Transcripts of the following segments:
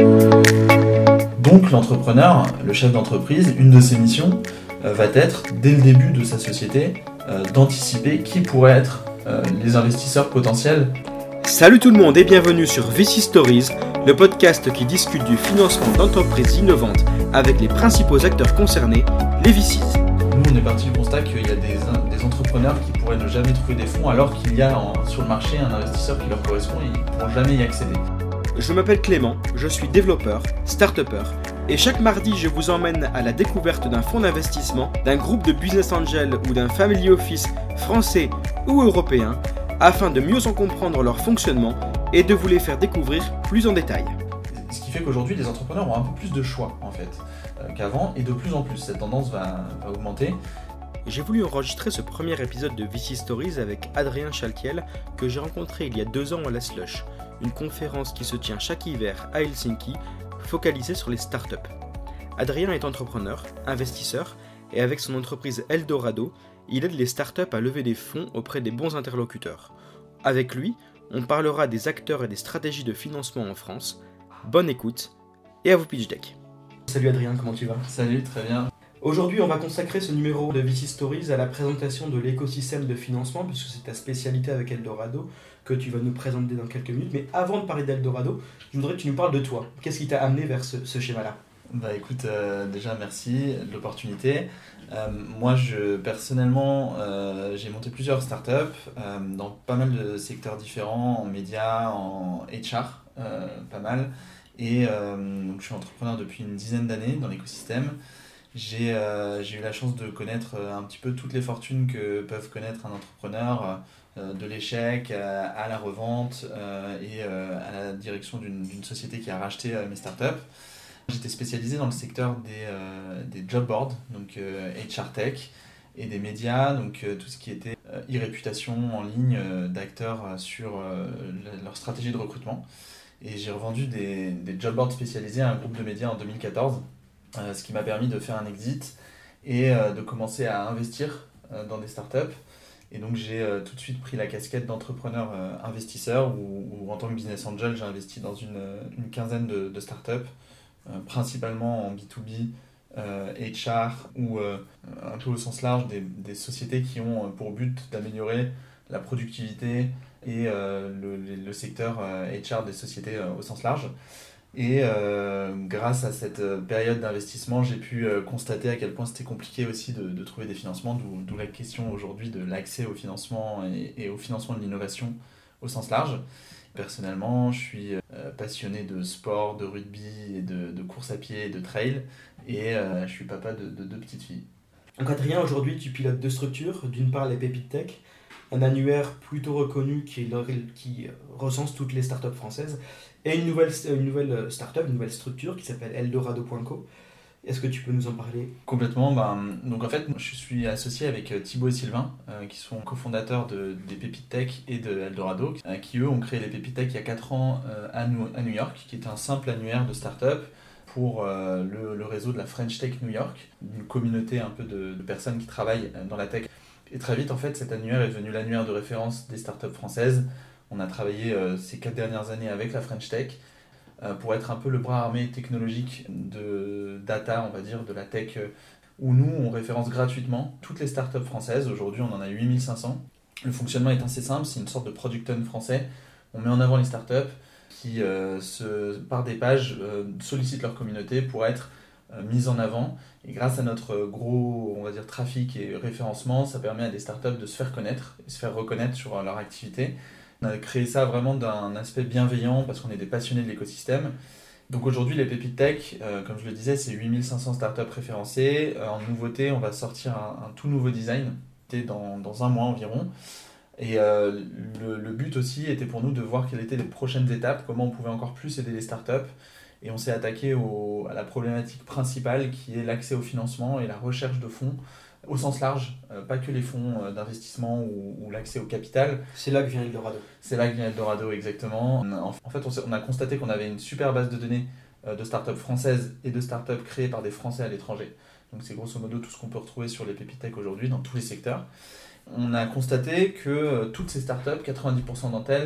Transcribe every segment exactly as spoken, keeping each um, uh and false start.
Donc l'entrepreneur, le chef d'entreprise, une de ses missions euh, va être, dès le début de sa société, euh, d'anticiper qui pourraient être euh, les investisseurs potentiels. Salut tout le monde et bienvenue sur V C Stories, le podcast qui discute du financement d'entreprises innovantes avec les principaux acteurs concernés, les V Cs. Nous, on est parti du constat qu'il y a des, des entrepreneurs qui pourraient ne jamais trouver des fonds alors qu'il y a en, sur le marché un investisseur qui leur correspond et ils ne pourront jamais y accéder. Je m'appelle Clément, je suis développeur, start-upper et chaque mardi je vous emmène à la découverte d'un fonds d'investissement, d'un groupe de business angels ou d'un family office français ou européen afin de mieux en comprendre leur fonctionnement et de vous les faire découvrir plus en détail. Ce qui fait qu'aujourd'hui les entrepreneurs ont un peu plus de choix en fait euh, qu'avant et de plus en plus cette tendance va, va augmenter. J'ai voulu enregistrer ce premier épisode de V C Stories avec Adrien Chaltiel que j'ai rencontré il y a deux ans à la Slush, une conférence qui se tient chaque hiver à Helsinki, focalisée sur les startups. Adrien est entrepreneur, investisseur, et avec son entreprise Eldorado, il aide les startups à lever des fonds auprès des bons interlocuteurs. Avec lui, on parlera des acteurs et des stratégies de financement en France. Bonne écoute, et à vous pitch deck. Salut Adrien, comment tu vas ? Salut, très bien. Aujourd'hui, on va consacrer ce numéro de V C Stories à la présentation de l'écosystème de financement, puisque c'est ta spécialité avec Eldorado, que tu vas nous présenter dans quelques minutes. Mais avant de parler d'Eldorado, je voudrais que tu nous parles de toi. Qu'est-ce qui t'a amené vers ce, ce schéma-là ? Bah écoute, euh, déjà merci de l'opportunité. Euh, moi, je personnellement, euh, j'ai monté plusieurs startups euh, dans pas mal de secteurs différents, en médias, en H R, euh, pas mal. Et euh, donc, je suis entrepreneur depuis une dizaine d'années dans l'écosystème. J'ai, euh, j'ai eu la chance de connaître un petit peu toutes les fortunes que peuvent connaître un entrepreneur, euh, de l'échec à, à la revente euh, et euh, à la direction d'une, d'une société qui a racheté euh, mes startups. J'étais spécialisé dans le secteur des, euh, des job boards, donc euh, H R Tech, et des médias, donc euh, tout ce qui était euh, e-réputation en ligne euh, d'acteurs euh, sur euh, le, leur stratégie de recrutement. Et j'ai revendu des, des job boards spécialisés à un groupe de médias en deux mille quatorze, euh, ce qui m'a permis de faire un exit et euh, de commencer à investir euh, dans des startups. Et donc j'ai euh, tout de suite pris la casquette d'entrepreneur euh, investisseur, où, où en tant que business angel, j'ai investi dans une, une quinzaine de, de startups. Euh, principalement en B deux B, euh, H R ou euh, un peu au sens large des, des sociétés qui ont pour but d'améliorer la productivité et euh, le, le secteur euh, H R des sociétés euh, au sens large. Et euh, grâce à cette période d'investissement, j'ai pu euh, constater à quel point c'était compliqué aussi de, de trouver des financements, d'où, d'où la question aujourd'hui de l'accès au financement et, et au financement de l'innovation au sens large. Personnellement, je suis euh, passionné de sport, de rugby, et de, de course à pied et de trail, et euh, je suis papa de, de deux petites filles. Donc Adrien, aujourd'hui tu pilotes deux structures, d'une part les Pépites Tech, un annuaire plutôt reconnu qui, qui recense toutes les startups françaises, et une nouvelle, une nouvelle startup, une nouvelle structure qui s'appelle Eldorado point co. Est-ce que tu peux nous en parler ? Complètement. Ben, donc en fait, je suis associé avec Thibaut et Sylvain, euh, qui sont cofondateurs de, des Pépites Tech et de Eldorado, euh, qui eux ont créé les Pépites Tech il y a quatre ans euh, à, New, à New York, qui est un simple annuaire de start-up pour euh, le, le réseau de la French Tech New York, une communauté un peu de, de personnes qui travaillent dans la tech. Et très vite, en fait, cet annuaire est devenu l'annuaire de référence des startups françaises. On a travaillé euh, ces quatre dernières années avec la French Tech, pour être un peu le bras armé technologique de data, on va dire, de la tech, où nous, on référence gratuitement toutes les startups françaises. Aujourd'hui, on en a huit mille cinq cents. Le fonctionnement est assez simple, c'est une sorte de product hub français. On met en avant les startups qui, euh, se, par des pages, euh, sollicitent leur communauté pour être euh, mises en avant. Et grâce à notre gros, on va dire, trafic et référencement, ça permet à des startups de se faire connaître et se faire reconnaître sur leur activité. On a créé ça vraiment d'un aspect bienveillant parce qu'on est des passionnés de l'écosystème. Donc aujourd'hui, les Pépites Tech, euh, comme je le disais, c'est huit mille cinq cents startups référencées. Euh, en nouveauté, on va sortir un, un tout nouveau design dans, dans un mois environ. Et euh, le, le but aussi était pour nous de voir quelles étaient les prochaines étapes, comment on pouvait encore plus aider les startups. Et on s'est attaqué au, à la problématique principale qui est l'accès au financement et la recherche de fonds au sens large, euh, pas que les fonds euh, d'investissement ou, ou l'accès au capital. C'est là que vient Eldorado. C'est là que vient Eldorado, exactement. En, en fait, on, on a constaté qu'on avait une super base de données euh, de startups françaises et de startups créées par des Français à l'étranger. Donc c'est grosso modo tout ce qu'on peut retrouver sur les Pépites Tech aujourd'hui, dans tous les secteurs. On a constaté que euh, toutes ces startups, quatre-vingt-dix pour cent d'entre elles,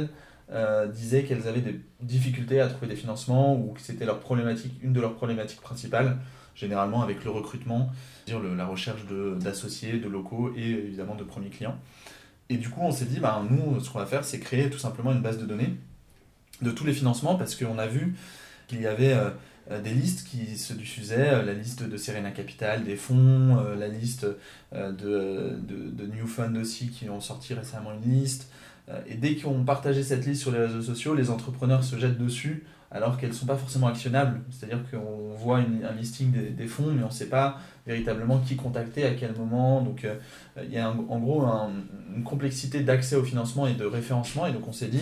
euh, disaient qu'elles avaient des difficultés à trouver des financements ou que c'était leur problématique, une de leurs problématiques principales, généralement avec le recrutement, c'est-à-dire le, la recherche de, d'associés, de locaux et évidemment de premiers clients. Et du coup, on s'est dit, bah, nous, ce qu'on va faire, c'est créer tout simplement une base de données de tous les financements parce qu'on a vu qu'il y avait euh, des listes qui se diffusaient, euh, la liste de Serena Capital, des fonds, euh, la liste euh, de, de, de New Fund aussi qui ont sorti récemment une liste. Euh, et dès qu'on partageait cette liste sur les réseaux sociaux, les entrepreneurs se jettent dessus alors qu'elles ne sont pas forcément actionnables. C'est-à-dire qu'on voit une, un listing des, des fonds, mais on ne sait pas véritablement qui contacter, à quel moment. Donc euh, il y a un, en gros un, une complexité d'accès au financement et de référencement. Et donc on s'est dit,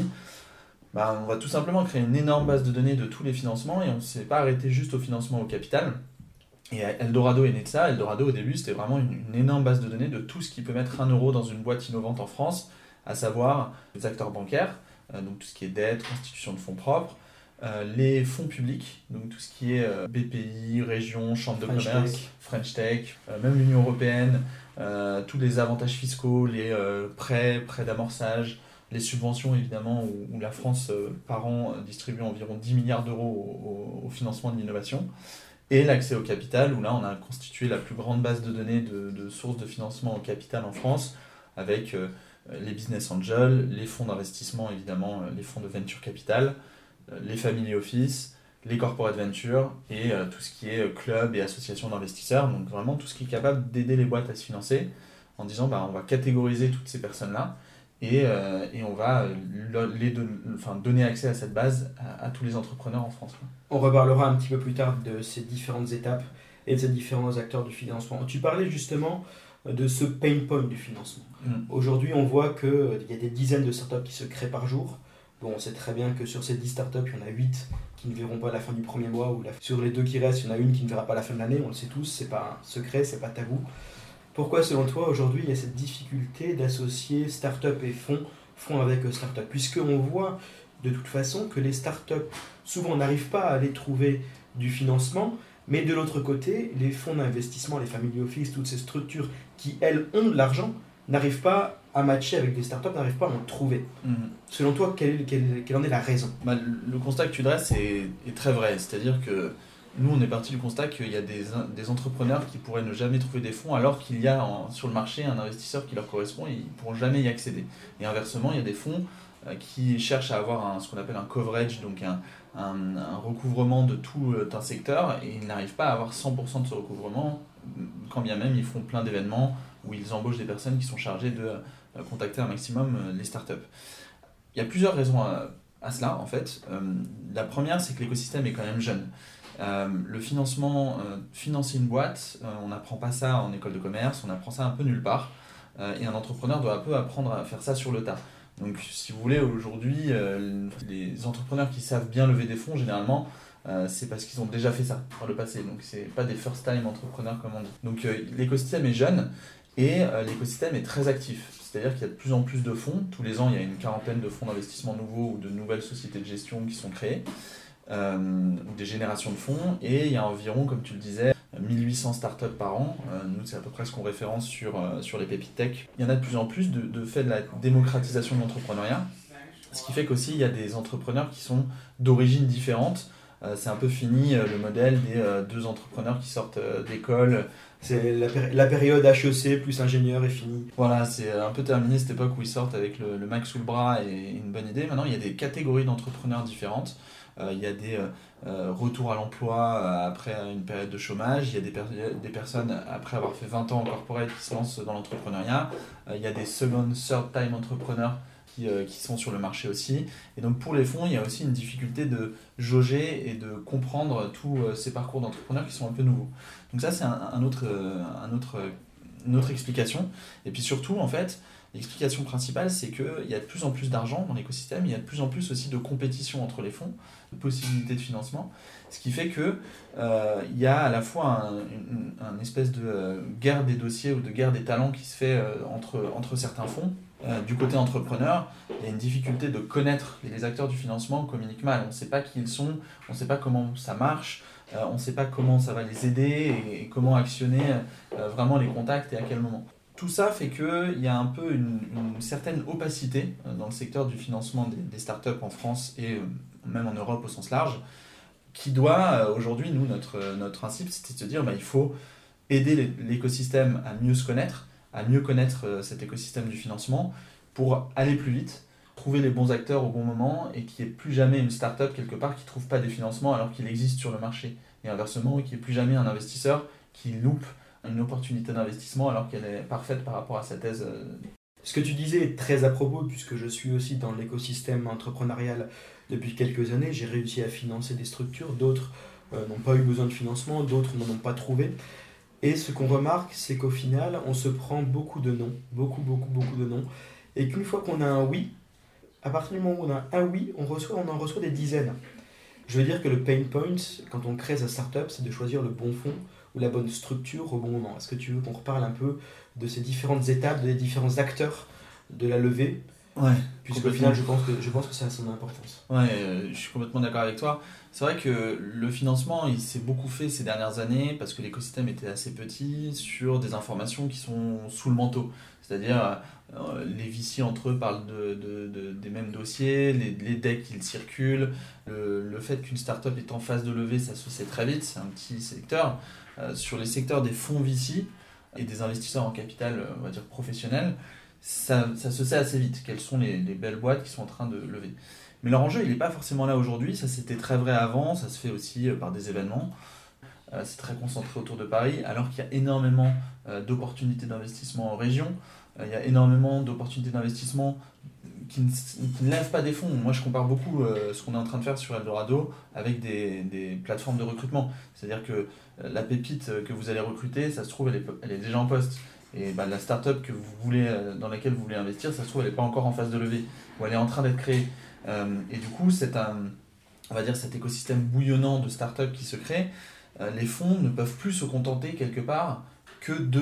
bah, on va tout simplement créer une énorme base de données de tous les financements et on ne s'est pas arrêté juste au financement au capital. Et Eldorado est né de ça. Eldorado, au début, c'était vraiment une, une énorme base de données de tout ce qui peut mettre un euro dans une boîte innovante en France, à savoir les acteurs bancaires, euh, donc tout ce qui est dette, constitution de fonds propres, euh, les fonds publics, donc tout ce qui est euh, B P I, région, chambre de French commerce, Tech. French Tech, euh, même l'Union européenne, euh, tous les avantages fiscaux, les euh, prêts, prêts d'amorçage, les subventions évidemment, où, où la France euh, par an euh, distribue environ dix milliards d'euros au, au, au financement de l'innovation, et l'accès au capital, où là on a constitué la plus grande base de données de, de sources de financement au capital en France, avec euh, les business angels, les fonds d'investissement évidemment, euh, les fonds de venture capital, euh, les family office, les corporate ventures et euh, tout ce qui est club et association d'investisseurs, donc vraiment tout ce qui est capable d'aider les boîtes à se financer, en disant bah, on va catégoriser toutes ces personnes-là, Et, euh, et on va les don- enfin, donner accès à cette base à, à tous les entrepreneurs en France. On reparlera un petit peu plus tard de ces différentes étapes et de ces différents acteurs du financement. Tu parlais justement de ce pain point du financement. Mm. Aujourd'hui, on voit qu'il y a des dizaines de startups qui se créent par jour. Bon, on sait très bien que sur ces dix startups, il y en a huit qui ne verront pas la fin du premier mois, ou la... sur les deux qui restent, il y en a une qui ne verra pas la fin de l'année. On le sait tous, c'est pas un secret, c'est pas tabou. Pourquoi, selon toi, aujourd'hui, il y a cette difficulté d'associer start-up et fonds, fonds avec start-up ? Puisqu'on voit de toute façon que les start-up, souvent, n'arrivent pas à aller trouver du financement, mais de l'autre côté, les fonds d'investissement, les family office, toutes ces structures qui, elles, ont de l'argent, n'arrivent pas à matcher avec des start-up, n'arrivent pas à en trouver. Mmh. Selon toi, quelle, quelle, quelle en est la raison ? Bah, le constat que tu dresses est, est très vrai, c'est-à-dire que nous, on est parti du constat qu'il y a des, des entrepreneurs qui pourraient ne jamais trouver des fonds alors qu'il y a en, sur le marché un investisseur qui leur correspond et ils ne pourront jamais y accéder. Et inversement, il y a des fonds euh, qui cherchent à avoir un, ce qu'on appelle un coverage, donc un, un, un recouvrement de tout un secteur, et ils n'arrivent pas à avoir cent pour cent de ce recouvrement, quand bien même ils font plein d'événements où ils embauchent des personnes qui sont chargées de euh, contacter un maximum euh, les startups. Il y a plusieurs raisons à, à cela, en fait. Euh, la première, c'est que l'écosystème est quand même jeune. Euh, le financement, euh, financer une boîte, euh, on n'apprend pas ça en école de commerce, on apprend ça un peu nulle part, euh, et un entrepreneur doit un peu apprendre à faire ça sur le tas. Donc si vous voulez, aujourd'hui, euh, les entrepreneurs qui savent bien lever des fonds, généralement, euh, c'est parce qu'ils ont déjà fait ça par le passé, donc c'est pas des first time entrepreneurs comme on dit. Donc euh, l'écosystème est jeune, et euh, l'écosystème est très actif, c'est-à-dire qu'il y a de plus en plus de fonds, tous les ans il y a une quarantaine de fonds d'investissement nouveaux ou de nouvelles sociétés de gestion qui sont créées, Euh, des générations de fonds, et il y a environ, comme tu le disais, mille huit cents startups par an. Euh, nous, c'est à peu près ce qu'on référence sur, euh, sur les pépites tech. Il y en a de plus en plus de, de fait de la démocratisation de l'entrepreneuriat, ce qui fait qu'aussi il y a des entrepreneurs qui sont d'origines différentes. Euh, c'est un peu fini euh, le modèle des euh, deux entrepreneurs qui sortent euh, d'école. C'est la, péri- la période H E C plus ingénieur est finie. Voilà, c'est un peu terminé cette époque où ils sortent avec le, le Mac sous le bras et une bonne idée. Maintenant, il y a des catégories d'entrepreneurs différentes. Euh, il y a des euh, retours à l'emploi euh, après une période de chômage, il y a des, per- des personnes après avoir fait vingt ans en corporate qui se lancent dans l'entrepreneuriat, euh, il y a des second, third time entrepreneurs qui, euh, qui sont sur le marché aussi. Et donc pour les fonds, il y a aussi une difficulté de jauger et de comprendre tous euh, ces parcours d'entrepreneurs qui sont un peu nouveaux. Donc ça, c'est un, un autre, euh, un autre, une autre explication. Et puis surtout, en fait, l'explication principale, c'est qu'il y a de plus en plus d'argent dans l'écosystème, il y a de plus en plus aussi de compétition entre les fonds, de possibilités de financement, ce qui fait qu'il euh, y a à la fois un, une, une espèce de euh, guerre des dossiers ou de guerre des talents qui se fait euh, entre, entre certains fonds. Euh, du côté entrepreneur, il y a une difficulté de connaître les acteurs du financement, communiquent mal, on ne sait pas qui ils sont, on ne sait pas comment ça marche, euh, on ne sait pas comment ça va les aider et, et comment actionner euh, vraiment les contacts et à quel moment. Tout ça fait qu'il y a un peu une, une certaine opacité dans le secteur du financement des, des startups en France et même en Europe au sens large, qui doit, aujourd'hui, nous, notre, notre principe, c'était de se dire bah, il faut aider l'écosystème à mieux se connaître, à mieux connaître cet écosystème du financement pour aller plus vite, trouver les bons acteurs au bon moment et qu'il n'y ait plus jamais une startup quelque part qui ne trouve pas des financements alors qu'il existe sur le marché. Et inversement, qu'il n'y ait plus jamais un investisseur qui loupe une opportunité d'investissement alors qu'elle est parfaite par rapport à sa thèse. Ce que tu disais est très à propos, puisque je suis aussi dans l'écosystème entrepreneurial depuis quelques années. J'ai réussi à financer des structures, d'autres euh, n'ont pas eu besoin de financement, d'autres n'en ont pas trouvé. Et ce qu'on remarque, c'est qu'au final, on se prend beaucoup de noms, beaucoup, beaucoup, beaucoup de noms, et qu'une fois qu'on a un oui, à partir du moment où on a un oui, on, reçoit, on en reçoit des dizaines. Je veux dire que le pain point, quand on crée sa startup, c'est de choisir le bon fonds ou la bonne structure au bon moment. Est-ce que tu veux qu'on reparle un peu de ces différentes étapes, des différents acteurs de la levée ? Ouais. Puisqu'au final, je pense, que, je pense que ça a son importance. Ouais, euh, je suis complètement d'accord avec toi. C'est vrai que le financement, il s'est beaucoup fait ces dernières années parce que l'écosystème était assez petit sur des informations qui sont sous le manteau. C'est-à-dire, euh, les V C entre eux parlent de, de, de, des mêmes dossiers, les, les decks ils circulent, le, le fait qu'une startup est en phase de levée, ça se sait très vite, c'est un petit secteur. Euh, sur les secteurs des fonds V C et des investisseurs en capital, on va dire professionnel, ça, ça se sait assez vite quelles sont les, les belles boîtes qui sont en train de lever. Mais leur enjeu, il n'est pas forcément là aujourd'hui, ça c'était très vrai avant, ça se fait aussi par des événements, euh, c'est très concentré autour de Paris, alors qu'il y a énormément euh, d'opportunités d'investissement en région, euh, il y a énormément d'opportunités d'investissement qui ne, qui ne lèvent pas des fonds. Moi je compare beaucoup euh, ce qu'on est en train de faire sur Eldorado avec des, des plateformes de recrutement, c'est-à-dire que euh, la pépite que vous allez recruter, ça se trouve elle est, elle est déjà en poste. Et bah, la startup que vous voulez, dans laquelle vous voulez investir, ça se trouve, elle n'est pas encore en phase de levée, ou elle est en train d'être créée. Euh, et du coup, c'est un, on va dire, cet écosystème bouillonnant de startups qui se crée. Euh, les fonds ne peuvent plus se contenter quelque part que de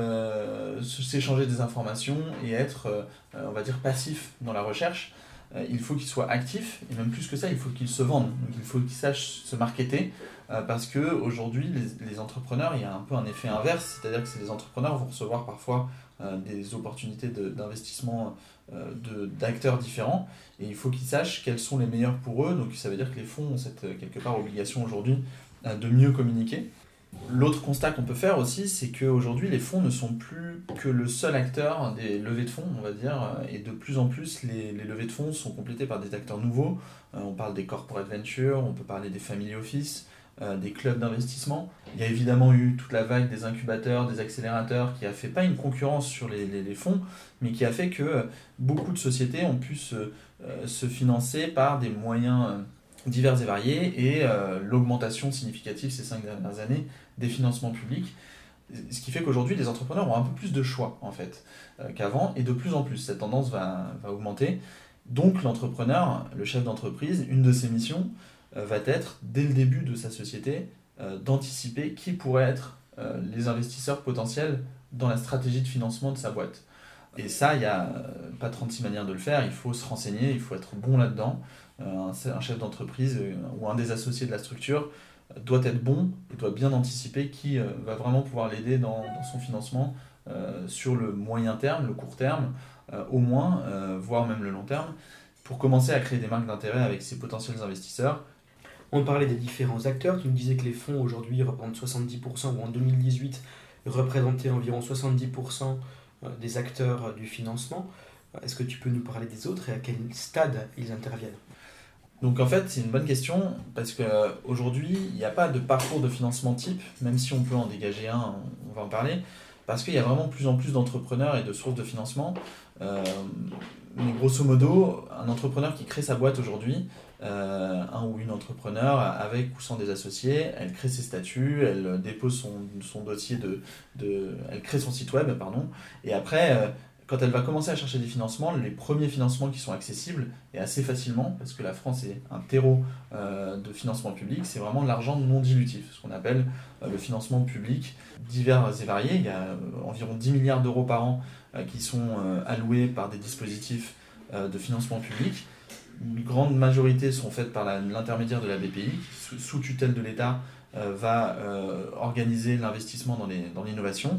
euh, s'échanger des informations et être, euh, on va dire, passif dans la recherche. Euh, il faut qu'ils soient actifs, et même plus que ça, il faut qu'ils se vendent. Donc il faut qu'ils sachent se marketer. Euh, parce qu'aujourd'hui, les, les entrepreneurs, il y a un peu un effet inverse, c'est-à-dire que les entrepreneurs vont recevoir parfois euh, des opportunités de, d'investissement euh, de, d'acteurs différents, et il faut qu'ils sachent quels sont les meilleurs pour eux, donc ça veut dire que les fonds ont cette quelque part obligation aujourd'hui euh, de mieux communiquer. L'autre constat qu'on peut faire aussi, c'est qu'aujourd'hui, les fonds ne sont plus que le seul acteur des levées de fonds, on va dire, et de plus en plus, les, les levées de fonds sont complétées par des acteurs nouveaux. Euh, on parle des corporate ventures, on peut parler des family office, Euh, des clubs d'investissement. Il y a évidemment eu toute la vague des incubateurs, des accélérateurs qui a fait pas une concurrence sur les, les, les fonds, mais qui a fait que beaucoup de sociétés ont pu se, euh, se financer par des moyens euh, divers et variés et euh, l'augmentation significative ces cinq dernières années des financements publics. Ce qui fait qu'aujourd'hui, les entrepreneurs ont un peu plus de choix en fait euh, qu'avant, et de plus en plus, cette tendance va, va augmenter. Donc l'entrepreneur, le chef d'entreprise, une de ses missions, va être, dès le début de sa société, euh, d'anticiper qui pourraient être euh, les investisseurs potentiels dans la stratégie de financement de sa boîte. Et ça, il n'y a euh, pas trente-six manières de le faire, il faut se renseigner, il faut être bon là-dedans. Euh, un, un chef d'entreprise euh, ou un des associés de la structure euh, doit être bon et doit bien anticiper qui euh, va vraiment pouvoir l'aider dans, dans son financement euh, sur le moyen terme, le court terme, euh, au moins, euh, voire même le long terme, pour commencer à créer des marques d'intérêt avec ses potentiels investisseurs. On parlait des différents acteurs. Tu nous disais que les fonds aujourd'hui représentent soixante-dix pour cent, ou en deux mille dix-huit représentaient environ soixante-dix pour cent des acteurs du financement. Est-ce que tu peux nous parler des autres et à quel stade ils interviennent ? Donc en fait, c'est une bonne question parce qu'aujourd'hui, il n'y a pas de parcours de financement type, même si on peut en dégager un, on va en parler, parce qu'il y a vraiment de plus en plus d'entrepreneurs et de sources de financement. Euh, mais grosso modo, un entrepreneur qui crée sa boîte aujourd'hui, euh, un ou une entrepreneur avec ou sans des associés, elle crée ses statuts, elle dépose son, son dossier de, de, elle crée son site web, pardon, et après, euh, quand elle va commencer à chercher des financements, les premiers financements qui sont accessibles, et assez facilement, parce que la France est un terreau euh, de financement public, c'est vraiment de l'argent non dilutif, ce qu'on appelle euh, le financement public divers et variés. Il y a euh, environ dix milliards d'euros par an euh, qui sont euh, alloués par des dispositifs euh, de financement public. Une grande majorité sont faites par la, l'intermédiaire de la B P I, qui, sous, sous tutelle de l'État, euh, va euh, organiser l'investissement dans, les, dans l'innovation. Il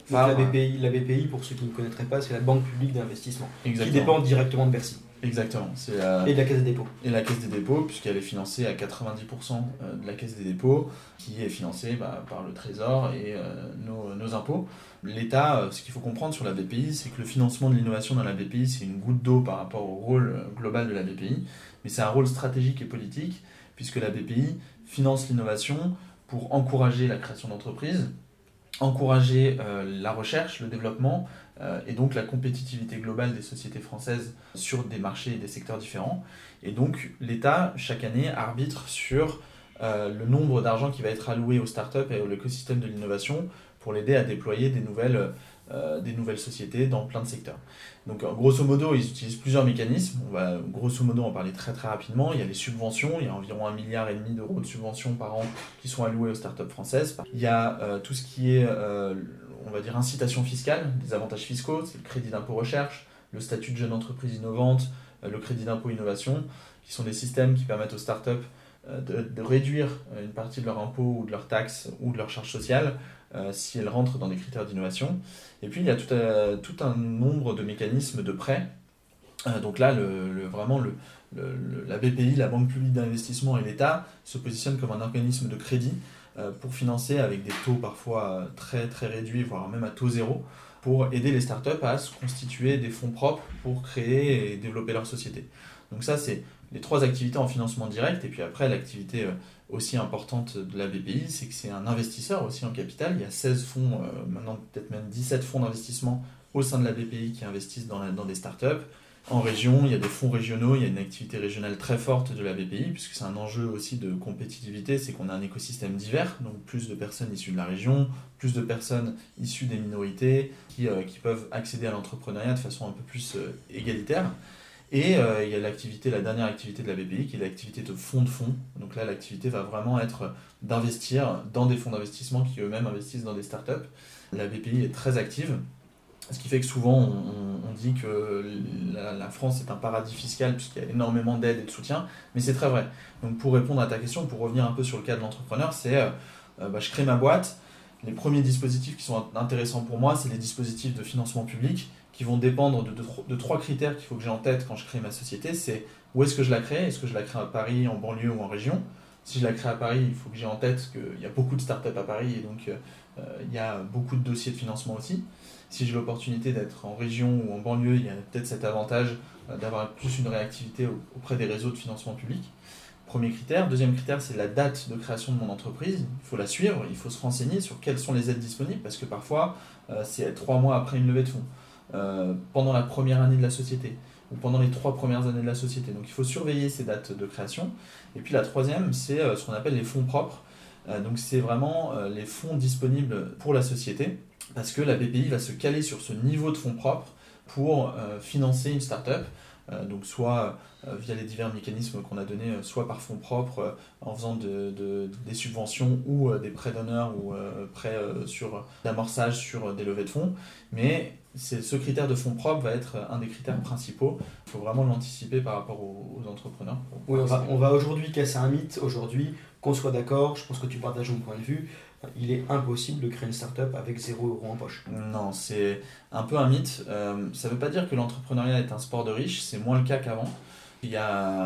Donc la B P I, la B P I, pour ceux qui ne connaîtraient pas, c'est la Banque publique d'investissement, Exactement. Qui dépend directement de Bercy. Exactement. C'est la... Et de la Caisse des dépôts. Et la Caisse des dépôts, puisqu'elle est financée à quatre-vingt-dix pour cent de la Caisse des dépôts, qui est financée bah, par le Trésor et euh, nos, nos impôts. L'État, ce qu'il faut comprendre sur la B P I, c'est que le financement de l'innovation dans la B P I, c'est une goutte d'eau par rapport au rôle global de la B P I, mais c'est un rôle stratégique et politique, puisque la B P I finance l'innovation pour encourager la création d'entreprises, encourager euh, la recherche, le développement euh, et donc la compétitivité globale des sociétés françaises sur des marchés et des secteurs différents. Et donc l'État, chaque année, arbitre sur euh, le nombre d'argent qui va être alloué aux startups et à l'écosystème de l'innovation pour l'aider à déployer des nouvelles, euh, des nouvelles sociétés dans plein de secteurs. Donc grosso modo, ils utilisent plusieurs mécanismes. On va grosso modo en parler très très rapidement. Il y a les subventions, il y a environ un milliard et demi d'euros de subventions par an qui sont alloués aux startups françaises. Il y a euh, tout ce qui est, euh, on va dire, incitation fiscale, des avantages fiscaux, c'est le crédit d'impôt recherche, le statut de jeune entreprise innovante, euh, le crédit d'impôt innovation, qui sont des systèmes qui permettent aux startups euh, de, de réduire une partie de leur impôt ou de leurs taxes ou de leurs charges sociales euh, si elles rentrent dans des critères d'innovation. Et puis il y a tout, euh, tout un nombre de mécanismes de prêts. Euh, donc là, le, le, vraiment, le, le, la B P I, la Banque publique d'investissement et l'État se positionnent comme un organisme de crédit euh, pour financer avec des taux parfois très, très réduits, voire même à taux zéro, pour aider les startups à se constituer des fonds propres pour créer et développer leur société. Donc ça, c'est les trois activités en financement direct. Et puis après, l'activité euh, aussi importante de la B P I, c'est que c'est un investisseur aussi en capital. Il y a seize fonds, euh, maintenant peut-être même dix-sept fonds d'investissement au sein de la B P I qui investissent dans, la, dans des startups. En région, il y a des fonds régionaux, il y a une activité régionale très forte de la B P I, puisque c'est un enjeu aussi de compétitivité, c'est qu'on a un écosystème divers, donc plus de personnes issues de la région, plus de personnes issues des minorités qui, euh, qui peuvent accéder à l'entrepreneuriat de façon un peu plus euh, égalitaire. Et euh, il y a l'activité, la dernière activité de la B P I, qui est l'activité de fonds de fonds. Donc là, l'activité va vraiment être d'investir dans des fonds d'investissement qui eux-mêmes investissent dans des startups. La B P I est très active, ce qui fait que souvent on, on dit que la, la France est un paradis fiscal puisqu'il y a énormément d'aide et de soutien, mais c'est très vrai. Donc pour répondre à ta question, pour revenir un peu sur le cas de l'entrepreneur, c'est euh, bah, je crée ma boîte. Les premiers dispositifs qui sont intéressants pour moi, c'est les dispositifs de financement public qui vont dépendre de, de, de trois critères qu'il faut que j'ai en tête quand je crée ma société. C'est où est-ce que je la crée ? Est-ce que je la crée à Paris, en banlieue ou en région ? Si je la crée à Paris, il faut que j'ai en tête qu'il y a beaucoup de startups à Paris et donc euh, il y a beaucoup de dossiers de financement aussi. Si j'ai l'opportunité d'être en région ou en banlieue, il y a peut-être cet avantage euh, d'avoir plus une réactivité auprès des réseaux de financement public. Premier critère. Deuxième critère, c'est la date de création de mon entreprise. Il faut la suivre, il faut se renseigner sur quelles sont les aides disponibles, parce que parfois, euh, c'est trois mois après une levée de fonds, euh, pendant la première année de la société, ou pendant les trois premières années de la société. Donc il faut surveiller ces dates de création. Et puis la troisième, c'est euh, ce qu'on appelle les fonds propres. Euh, donc c'est vraiment euh, les fonds disponibles pour la société, parce que la B P I va se caler sur ce niveau de fonds propres pour euh, financer une start-up, euh, donc soit euh, via les divers mécanismes qu'on a donnés, euh, soit par fonds propres, euh, en faisant de, de, des subventions ou euh, des prêts d'honneur ou euh, prêts euh, sur d'amorçage sur euh, des levées de fonds. Mais c'est, ce critère de fonds propres va être un des critères principaux. Il faut vraiment l'anticiper par rapport aux, aux entrepreneurs. Oui, on va, on va aujourd'hui casser un mythe. Aujourd'hui, qu'on soit d'accord, je pense que tu partages mon point de vue, il est impossible de créer une start-up avec zéro euro en poche. Non, c'est un peu un mythe. Euh, ça ne veut pas dire que l'entrepreneuriat est un sport de riches, c'est moins le cas qu'avant. Il y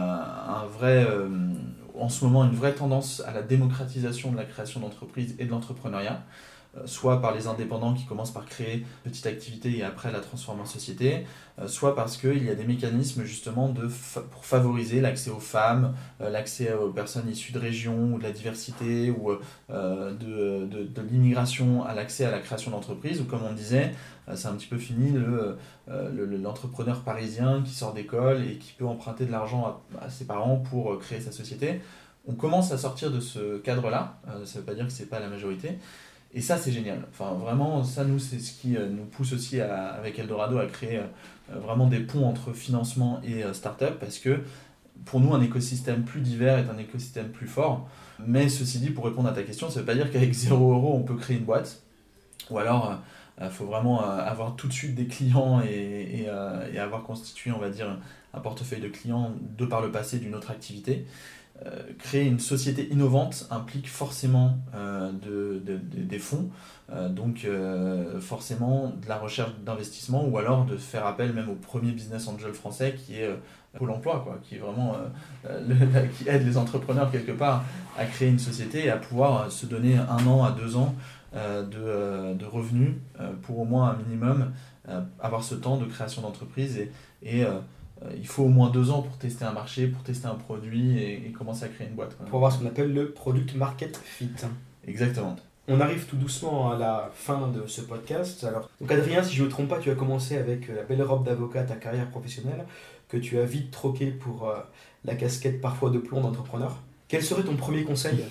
a un vrai, euh, en ce moment une vraie tendance à la démocratisation de la création d'entreprises et de l'entrepreneuriat, euh, soit par les indépendants qui commencent par créer une petite activité et après la transformer en société, euh, soit parce qu'il y a des mécanismes justement de fa- pour favoriser l'accès aux femmes, euh, l'accès aux personnes issues de régions ou de la diversité ou euh, de, de, de l'immigration à l'accès à la création d'entreprises, ou comme on disait, euh, c'est un petit peu fini le, euh, le, l'entrepreneur parisien qui sort d'école et qui peut emprunter de l'argent à, à ses parents pour euh, créer sa société. On commence à sortir de ce cadre-là, euh, ça ne veut pas dire que ce n'est pas la majorité. Et ça, c'est génial. Enfin, vraiment, ça, nous, c'est ce qui euh, nous pousse aussi, à, avec Eldorado, à créer euh, vraiment des ponts entre financement et euh, start-up, parce que pour nous, un écosystème plus divers est un écosystème plus fort. Mais ceci dit, pour répondre à ta question, ça ne veut pas dire qu'avec zéro euro, on peut créer une boîte. Ou alors, il euh, faut vraiment euh, avoir tout de suite des clients et, et, euh, et avoir constitué, on va dire, un portefeuille de clients de par le passé d'une autre activité. euh, créer une société innovante implique forcément euh, de, de, de, des fonds, euh, donc euh, forcément de la recherche d'investissement ou alors de faire appel même au premier business angel français qui est euh, Pôle emploi, quoi, qui est vraiment euh, le, qui aide les entrepreneurs quelque part à créer une société et à pouvoir se donner un an à deux ans euh, de, euh, de revenus euh, pour au moins un minimum euh, avoir ce temps de création d'entreprise et, et euh, il faut au moins deux ans pour tester un marché, pour tester un produit et, et commencer à créer une boîte, quoi. Pour avoir ce qu'on appelle le product market fit. Exactement. On arrive tout doucement à la fin de ce podcast. Alors, donc Adrien, si je ne me trompe pas, tu as commencé avec la belle robe d'avocat, ta carrière professionnelle, que tu as vite troqué pour euh, la casquette parfois de plomb d'entrepreneur. Quel serait ton premier conseil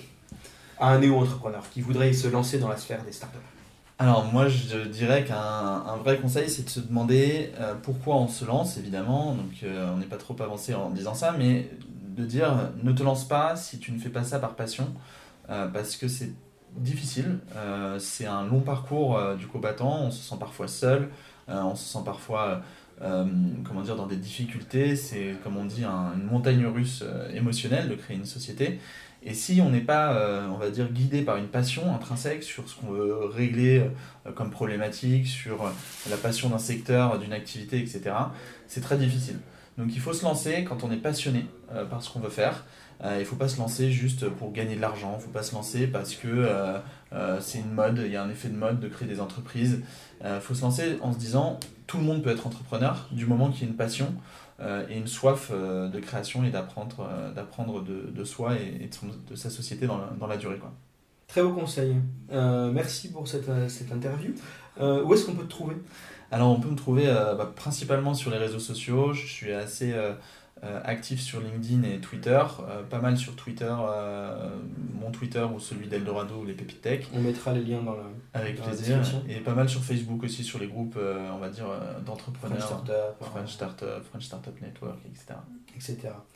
à un néo-entrepreneur qui voudrait se lancer dans la sphère des startups ? Alors moi je dirais qu'un un vrai conseil c'est de se demander euh, pourquoi on se lance évidemment, donc euh, on n'est pas trop avancé en disant ça, mais de dire ne te lance pas si tu ne fais pas ça par passion, euh, parce que c'est difficile, euh, c'est un long parcours euh, du combattant, on se sent parfois seul, euh, on se sent parfois euh, comment dire, dans des difficultés, c'est comme on dit un, une montagne russe euh, émotionnelle de créer une société. Et si on n'est pas, euh, on va dire, guidé par une passion intrinsèque sur ce qu'on veut régler euh, comme problématique, sur euh, la passion d'un secteur, d'une activité, et cetera, c'est très difficile. Donc il faut se lancer quand on est passionné euh, par ce qu'on veut faire. Euh, il ne faut pas se lancer juste pour gagner de l'argent, il ne faut pas se lancer parce que euh, euh, c'est une mode, il y a un effet de mode de créer des entreprises. Il euh, faut se lancer en se disant tout le monde peut être entrepreneur du moment qu'il y a une passion. Euh, et une soif euh, de création et d'apprendre, euh, d'apprendre de, de soi et, et de, son, de sa société dans la, dans la durée, quoi. Très beau conseil. Euh, merci pour cette, cette interview. Euh, où est-ce qu'on peut te trouver ? Alors on peut me trouver euh, bah, principalement sur les réseaux sociaux. Je suis assez euh, euh, actif sur LinkedIn et Twitter, euh, pas mal sur Twitter, euh, mon Twitter ou celui d'Eldorado ou les Pépites Tech. On mettra les liens dans la Avec dans plaisir. La et pas mal sur Facebook aussi, sur les groupes, euh, on va dire, euh, d'entrepreneurs. French Startup, French Startup, French Startup Network, et cetera. et cetera.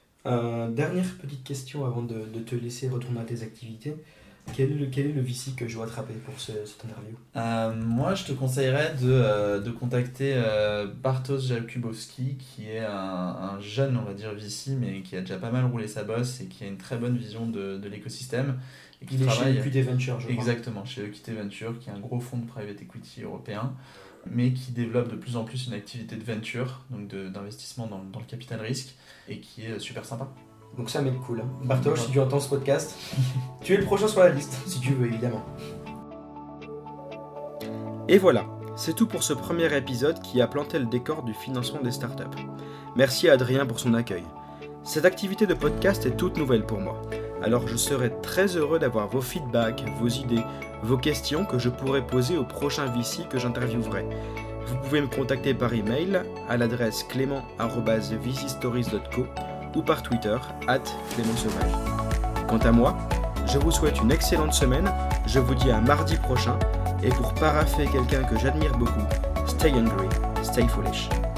Euh, dernière petite question avant de, de te laisser retourner à tes activités. Quel est le, quel est le V C que je dois attraper pour ce, cette interview ? euh, Moi, je te conseillerais de, euh, de contacter euh, Bartosz Jakubowski, qui est un, un jeune, on va dire, V C, mais qui a déjà pas mal roulé sa bosse et qui a une très bonne vision de, de l'écosystème. Et qui Il travaille... est chez E Q T Venture, je crois. Exactement, chez E Q T Venture, qui est un gros fonds de private equity européen, mais qui développe de plus en plus une activité de venture, donc de, d'investissement dans, dans le capital risque, et qui est super sympa. Donc c'est un mec cool. Hein. Bartosz, si tu entends ce podcast, tu es le prochain sur la liste, si tu veux évidemment. Et voilà, c'est tout pour ce premier épisode qui a planté le décor du financement des startups. Merci à Adrien pour son accueil. Cette activité de podcast est toute nouvelle pour moi, alors je serai très heureux d'avoir vos feedbacks, vos idées, vos questions que je pourrai poser au prochain V C que j'interviewerai. Vous pouvez me contacter par email à l'adresse clément arobase v c stories point co ou par Twitter arobase clément sauvage. Quant à moi, je vous souhaite une excellente semaine, je vous dis à mardi prochain, et pour parapher quelqu'un que j'admire beaucoup, stay hungry, stay foolish.